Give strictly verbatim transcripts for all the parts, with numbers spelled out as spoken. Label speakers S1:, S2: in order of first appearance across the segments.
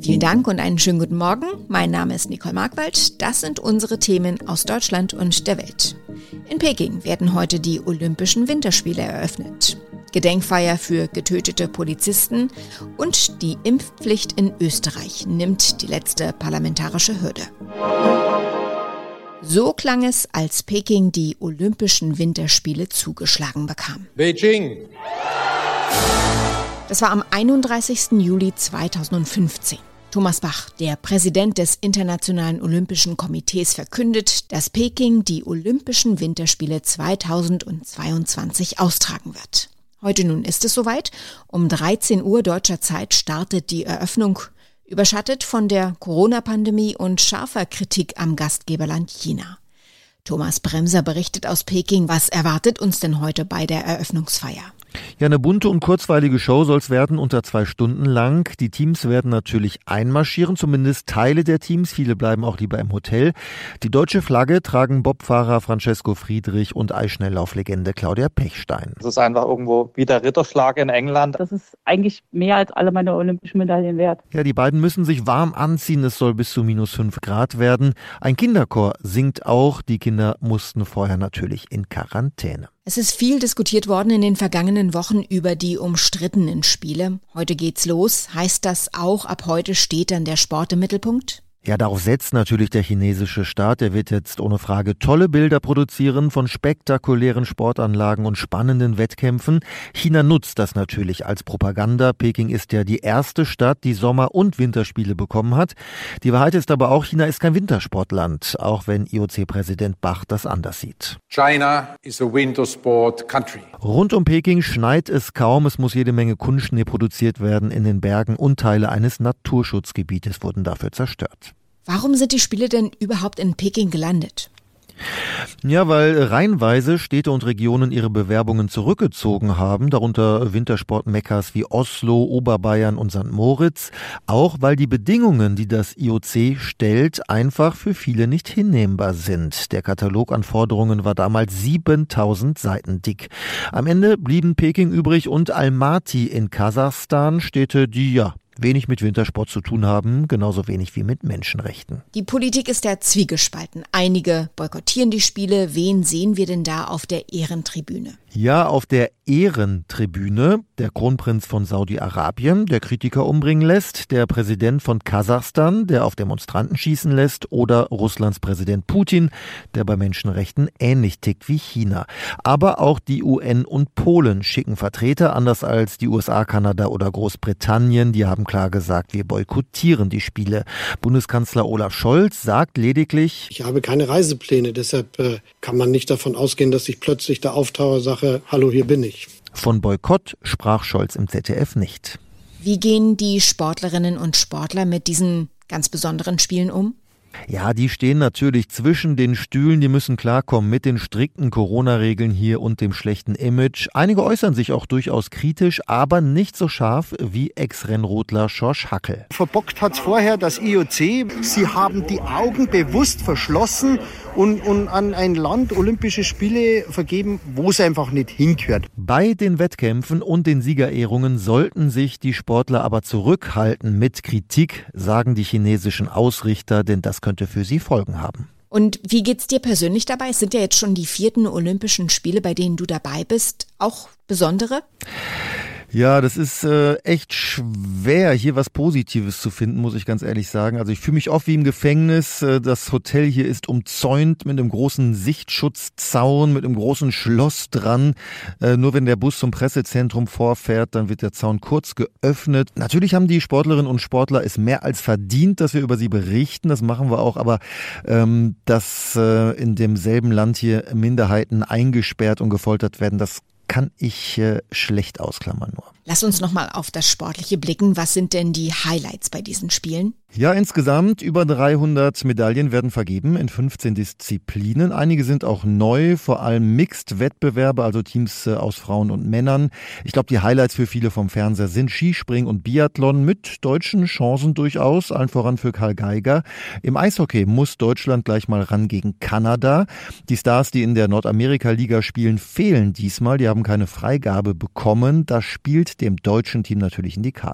S1: Vielen Dank und einen schönen guten Morgen. Mein Name ist Nicole Markwald. Das sind unsere Themen aus Deutschland und der Welt. In Peking werden heute die Olympischen Winterspiele eröffnet. Gedenkfeier für getötete Polizisten und die Impfpflicht in Österreich nimmt die letzte parlamentarische Hürde. So klang es, als Peking die Olympischen Winterspiele zugeschlagen bekam.
S2: Beijing!
S1: Das war am einunddreißigsten Juli zweitausendfünfzehn. Thomas Bach, der Präsident des Internationalen Olympischen Komitees, verkündet, dass Peking die Olympischen Winterspiele zweitausendzweiundzwanzig austragen wird. Heute nun ist es soweit. Um dreizehn Uhr deutscher Zeit startet die Eröffnung, überschattet von der Corona-Pandemie und scharfer Kritik am Gastgeberland China. Thomas Bremser berichtet aus Peking. Was erwartet uns denn heute bei der Eröffnungsfeier?
S3: Ja, eine bunte und kurzweilige Show soll es werden, unter zwei Stunden lang. Die Teams werden natürlich einmarschieren, zumindest Teile der Teams. Viele bleiben auch lieber im Hotel. Die deutsche Flagge tragen Bobfahrer Francesco Friedrich und Eisschnelllauflegende Claudia Pechstein.
S4: Das ist einfach irgendwo wie der Ritterschlag in England.
S5: Das ist eigentlich mehr als alle meine olympischen Medaillen wert.
S3: Ja, die beiden müssen sich warm anziehen. Es soll bis zu minus fünf Grad werden. Ein Kinderchor singt auch. Die Kinder mussten vorher natürlich in Quarantäne.
S1: Es ist viel diskutiert worden in den vergangenen Wochen über die umstrittenen Spiele. Heute geht's los. Heißt das auch, ab heute steht dann der Sport im Mittelpunkt?
S3: Ja, darauf setzt natürlich der chinesische Staat. Der wird jetzt ohne Frage tolle Bilder produzieren von spektakulären Sportanlagen und spannenden Wettkämpfen. China nutzt das natürlich als Propaganda. Peking ist ja die erste Stadt, die Sommer- und Winterspiele bekommen hat. Die Wahrheit ist aber auch, China ist kein Wintersportland, auch wenn I O C-Präsident Bach das anders sieht.
S2: China is a winter sport country.
S3: Rund um Peking schneit es kaum. Es muss jede Menge Kunstschnee produziert werden in den Bergen und Teile eines Naturschutzgebietes wurden dafür zerstört.
S1: Warum sind die Spiele denn überhaupt in Peking gelandet?
S3: Ja, weil reihenweise Städte und Regionen ihre Bewerbungen zurückgezogen haben, darunter Wintersport-Mekkas wie Oslo, Oberbayern und Sankt Moritz. Auch weil die Bedingungen, die das I O C stellt, einfach für viele nicht hinnehmbar sind. Der Katalog an Forderungen war damals siebentausend Seiten dick. Am Ende blieben Peking übrig und Almaty in Kasachstan, Städte, die ja wenig mit Wintersport zu tun haben, genauso wenig wie mit Menschenrechten.
S1: Die Politik ist ja zwiegespalten. Einige boykottieren die Spiele. Wen sehen wir denn da auf der Ehrentribüne?
S3: Ja, auf der Ehrentribüne der Kronprinz von Saudi-Arabien, der Kritiker umbringen lässt, der Präsident von Kasachstan, der auf Demonstranten schießen lässt, oder Russlands Präsident Putin, der bei Menschenrechten ähnlich tickt wie China. Aber auch die U N und Polen schicken Vertreter, anders als die U S A, Kanada oder Großbritannien. Die haben klar gesagt, wir boykottieren die Spiele. Bundeskanzler Olaf Scholz sagt lediglich:
S6: Ich habe keine Reisepläne, deshalb äh, kann man nicht davon ausgehen, dass ich plötzlich da auftauche, sage, hallo, hier bin ich.
S3: Von Boykott sprach Scholz im Z D F nicht.
S1: Wie gehen die Sportlerinnen und Sportler mit diesen ganz besonderen Spielen um?
S3: Ja, die stehen natürlich zwischen den Stühlen, die müssen klarkommen mit den strikten Corona-Regeln hier und dem schlechten Image. Einige äußern sich auch durchaus kritisch, aber nicht so scharf wie Ex-Rennrodler Schorsch Hackel.
S7: Verbockt hat vorher das I O C. Sie haben die Augen bewusst verschlossen und, und an ein Land Olympische Spiele vergeben, wo es einfach nicht hingehört.
S3: Bei den Wettkämpfen und den Siegerehrungen sollten sich die Sportler aber zurückhalten mit Kritik, sagen die chinesischen Ausrichter, denn das könnte für sie Folgen haben.
S1: Und wie geht's dir persönlich dabei? Es sind ja jetzt schon die vierten Olympischen Spiele, bei denen du dabei bist. Auch besondere?
S3: Ja, das ist äh, echt schwer, hier was Positives zu finden, muss ich ganz ehrlich sagen. Also ich fühle mich oft wie im Gefängnis. Das Hotel hier ist umzäunt mit einem großen Sichtschutzzaun, mit einem großen Schloss dran. Äh, nur wenn der Bus zum Pressezentrum vorfährt, dann wird der Zaun kurz geöffnet. Natürlich haben die Sportlerinnen und Sportler es mehr als verdient, dass wir über sie berichten. Das machen wir auch, aber ähm, dass äh, in demselben Land hier Minderheiten eingesperrt und gefoltert werden, das kann ich äh, schlecht ausklammern nur.
S1: Lass uns nochmal auf das Sportliche blicken. Was sind denn die Highlights bei diesen Spielen?
S3: Ja, insgesamt über dreihundert Medaillen werden vergeben in fünfzehn Disziplinen. Einige sind auch neu, vor allem Mixed-Wettbewerbe, also Teams aus Frauen und Männern. Ich glaube, die Highlights für viele vom Fernseher sind Skispringen und Biathlon mit deutschen Chancen durchaus, allen voran für Karl Geiger. Im Eishockey muss Deutschland gleich mal ran gegen Kanada. Die Stars, die in der Nordamerika-Liga spielen, fehlen diesmal. Die haben keine Freigabe bekommen. Das spielt dem deutschen Team natürlich in die Karten.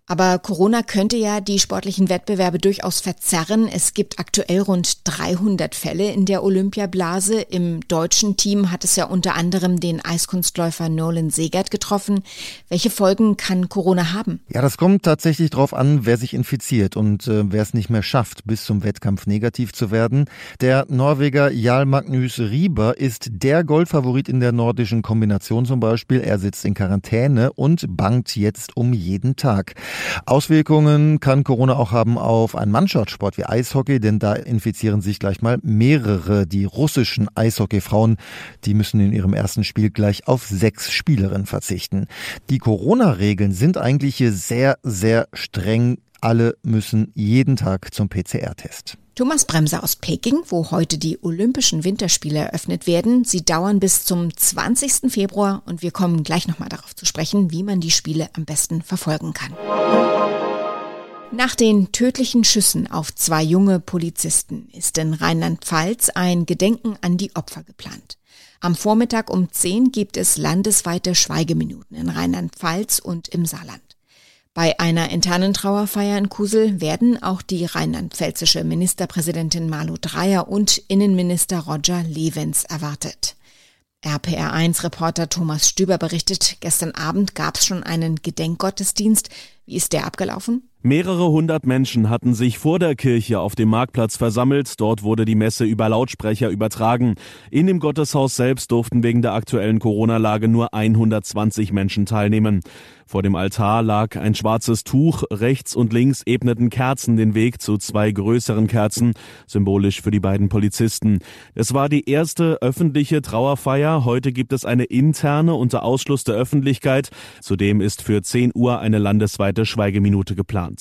S1: Aber Corona könnte ja die sportlichen Wettbewerbe durchaus verzerren. Es gibt aktuell rund dreihundert Fälle in der Olympiablase. Im deutschen Team hat es ja unter anderem den Eiskunstläufer Nolan Segert getroffen. Welche Folgen kann Corona haben?
S3: Ja, das kommt tatsächlich drauf an, wer sich infiziert und äh, wer es nicht mehr schafft, bis zum Wettkampf negativ zu werden. Der Norweger Jarl Magnus Rieber ist der Goldfavorit in der nordischen Kombination zum Beispiel. Er sitzt in Quarantäne und bangt jetzt um jeden Tag. Auswirkungen kann Corona auch haben auf einen Mannschaftssport wie Eishockey, denn da infizieren sich gleich mal mehrere. Die russischen Eishockeyfrauen, die müssen in ihrem ersten Spiel gleich auf sechs Spielerinnen verzichten. Die Corona-Regeln sind eigentlich hier sehr, sehr streng. Alle müssen jeden Tag zum P C R-Test.
S1: Thomas Bremser aus Peking, wo heute die Olympischen Winterspiele eröffnet werden. Sie dauern bis zum zwanzigsten Februar und wir kommen gleich nochmal darauf zu sprechen, wie man die Spiele am besten verfolgen kann. Nach den tödlichen Schüssen auf zwei junge Polizisten ist in Rheinland-Pfalz ein Gedenken an die Opfer geplant. Am Vormittag um zehn gibt es landesweite Schweigeminuten in Rheinland-Pfalz und im Saarland. Bei einer internen Trauerfeier in Kusel werden auch die rheinland-pfälzische Ministerpräsidentin Malu Dreyer und Innenminister Roger Lewens erwartet. R P R eins Reporter Thomas Stüber berichtet, gestern Abend gab es schon einen Gedenkgottesdienst. Wie ist der abgelaufen?
S8: Mehrere hundert Menschen hatten sich vor der Kirche auf dem Marktplatz versammelt. Dort wurde die Messe über Lautsprecher übertragen. In dem Gotteshaus selbst durften wegen der aktuellen Corona-Lage nur hundertzwanzig Menschen teilnehmen. Vor dem Altar lag ein schwarzes Tuch. Rechts und links ebneten Kerzen den Weg zu zwei größeren Kerzen, symbolisch für die beiden Polizisten. Es war die erste öffentliche Trauerfeier. Heute gibt es eine interne unter Ausschluss der Öffentlichkeit. Zudem ist für zehn Uhr eine landesweite Schweigeminute geplant.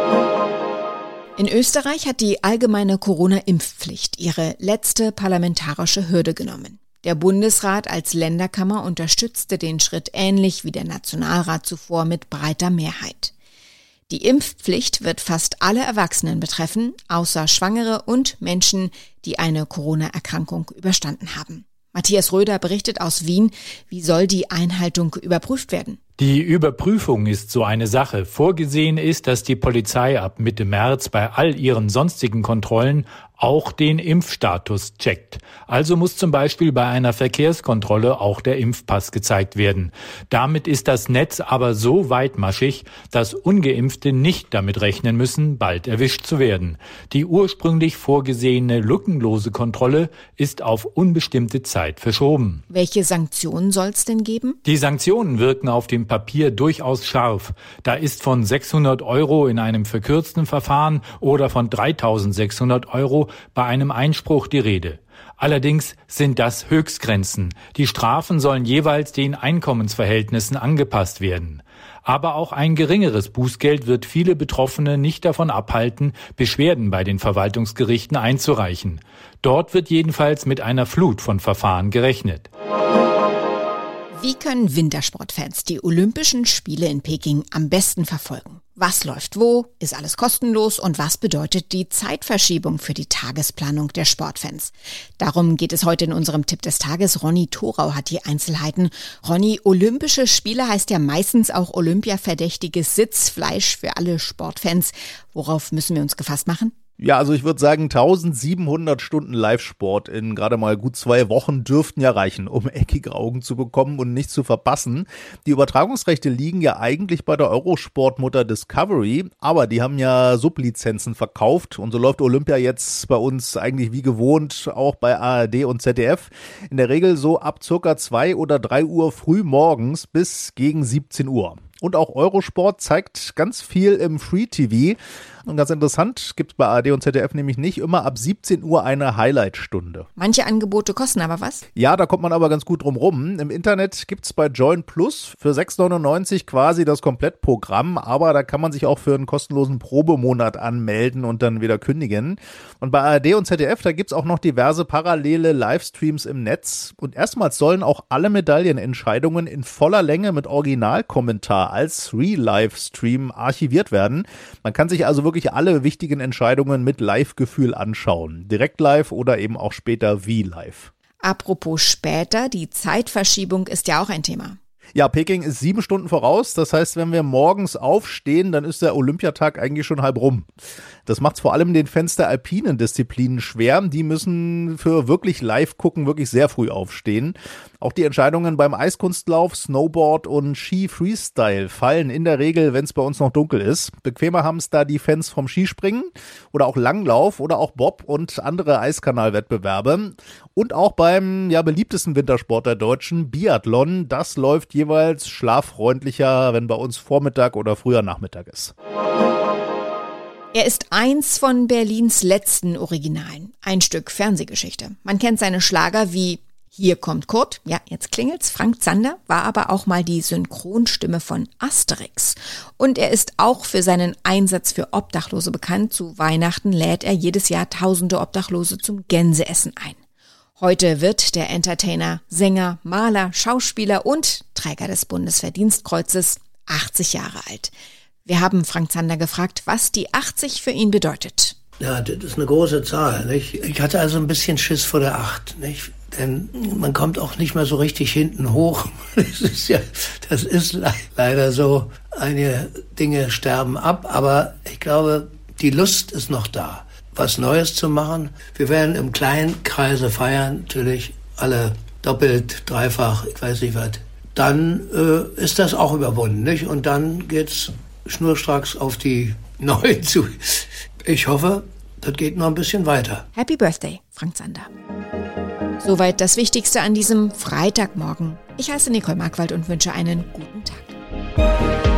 S1: In Österreich hat die allgemeine Corona-Impfpflicht ihre letzte parlamentarische Hürde genommen. Der Bundesrat als Länderkammer unterstützte den Schritt ähnlich wie der Nationalrat zuvor mit breiter Mehrheit. Die Impfpflicht wird fast alle Erwachsenen betreffen, außer Schwangere und Menschen, die eine Corona-Erkrankung überstanden haben. Matthias Röder berichtet aus Wien, wie soll die Einhaltung überprüft werden?
S9: Die Überprüfung ist so eine Sache. Vorgesehen ist, dass die Polizei ab Mitte März bei all ihren sonstigen Kontrollen auch den Impfstatus checkt. Also muss zum Beispiel bei einer Verkehrskontrolle auch der Impfpass gezeigt werden. Damit ist das Netz aber so weitmaschig, dass Ungeimpfte nicht damit rechnen müssen, bald erwischt zu werden. Die ursprünglich vorgesehene lückenlose Kontrolle ist auf unbestimmte Zeit verschoben.
S1: Welche Sanktionen soll es denn geben?
S9: Die Sanktionen wirken auf dem Papier durchaus scharf. Da ist von sechshundert Euro in einem verkürzten Verfahren oder von dreitausendsechshundert Euro bei einem Einspruch die Rede. Allerdings sind das Höchstgrenzen. Die Strafen sollen jeweils den Einkommensverhältnissen angepasst werden. Aber auch ein geringeres Bußgeld wird viele Betroffene nicht davon abhalten, Beschwerden bei den Verwaltungsgerichten einzureichen. Dort wird jedenfalls mit einer Flut von Verfahren gerechnet.
S1: Wie können Wintersportfans die Olympischen Spiele in Peking am besten verfolgen? Was läuft wo? Ist alles kostenlos? Und was bedeutet die Zeitverschiebung für die Tagesplanung der Sportfans? Darum geht es heute in unserem Tipp des Tages. Ronny Thorau hat die Einzelheiten. Ronny, Olympische Spiele heißt ja meistens auch Olympia-verdächtiges Sitzfleisch für alle Sportfans. Worauf müssen wir uns gefasst machen?
S10: Ja, also ich würde sagen, eintausendsiebenhundert Stunden Live-Sport in gerade mal gut zwei Wochen dürften ja reichen, um eckige Augen zu bekommen und nichts zu verpassen. Die Übertragungsrechte liegen ja eigentlich bei der Eurosport-Mutter Discovery, aber die haben ja Sublizenzen verkauft und so läuft Olympia jetzt bei uns eigentlich wie gewohnt auch bei A R D und Z D F. In der Regel so ab circa zwei oder drei Uhr früh morgens bis gegen siebzehn Uhr. Und auch Eurosport zeigt ganz viel im Free-T V. Und ganz interessant, gibt es bei A R D und Z D F nämlich nicht immer ab siebzehn Uhr eine Highlight-Stunde.
S1: Manche Angebote kosten aber was?
S10: Ja, da kommt man aber ganz gut drum rum. Im Internet gibt es bei Join Plus für sechs neunundneunzig quasi das Komplettprogramm, aber da kann man sich auch für einen kostenlosen Probemonat anmelden und dann wieder kündigen. Und bei A R D und Z D F, da gibt es auch noch diverse parallele Livestreams im Netz. Und erstmals sollen auch alle Medaillenentscheidungen in voller Länge mit Originalkommentar als Real-Livestream archiviert werden. Man kann sich also wirklich alle wichtigen Entscheidungen mit Live-Gefühl anschauen. Direkt live oder eben auch später wie live.
S1: Apropos später, die Zeitverschiebung ist ja auch ein Thema.
S10: Ja, Peking ist sieben Stunden voraus. Das heißt, wenn wir morgens aufstehen, dann ist der Olympiatag eigentlich schon halb rum. Das macht es vor allem den Fans der alpinen Disziplinen schwer. Die müssen für wirklich live gucken, wirklich sehr früh aufstehen. Auch die Entscheidungen beim Eiskunstlauf, Snowboard und Ski-Freestyle fallen in der Regel, wenn es bei uns noch dunkel ist. Bequemer haben es da die Fans vom Skispringen oder auch Langlauf oder auch Bob und andere Eiskanalwettbewerbe. Und auch beim ja beliebtesten Wintersport der Deutschen, Biathlon. Das läuft jeweils schlaffreundlicher, wenn bei uns Vormittag oder früher Nachmittag ist.
S1: Er ist eins von Berlins letzten Originalen. Ein Stück Fernsehgeschichte. Man kennt seine Schlager wie Hier kommt Kurt, ja, jetzt klingelt's. Frank Zander war aber auch mal die Synchronstimme von Asterix. Und er ist auch für seinen Einsatz für Obdachlose bekannt. Zu Weihnachten lädt er jedes Jahr tausende Obdachlose zum Gänseessen ein. Heute wird der Entertainer, Sänger, Maler, Schauspieler und Träger des Bundesverdienstkreuzes achtzig Jahre alt. Wir haben Frank Zander gefragt, was die achtzig für ihn bedeutet.
S11: Ja, das ist eine große Zahl, nicht? Ich hatte also ein bisschen Schiss vor der acht, nicht? Denn man kommt auch nicht mehr so richtig hinten hoch. Das ist ja, das ist le- leider so. Einige Dinge sterben ab, aber ich glaube, die Lust ist noch da, was Neues zu machen. Wir werden im kleinen Kreise feiern, natürlich alle doppelt, dreifach, ich weiß nicht was. Dann äh, ist das auch überwunden, nicht? Und dann geht's schnurstracks auf die neuen zu. Ich hoffe, das geht noch ein bisschen weiter.
S1: Happy Birthday, Frank Zander. Soweit das Wichtigste an diesem Freitagmorgen. Ich heiße Nicole Markwald und wünsche einen guten Tag.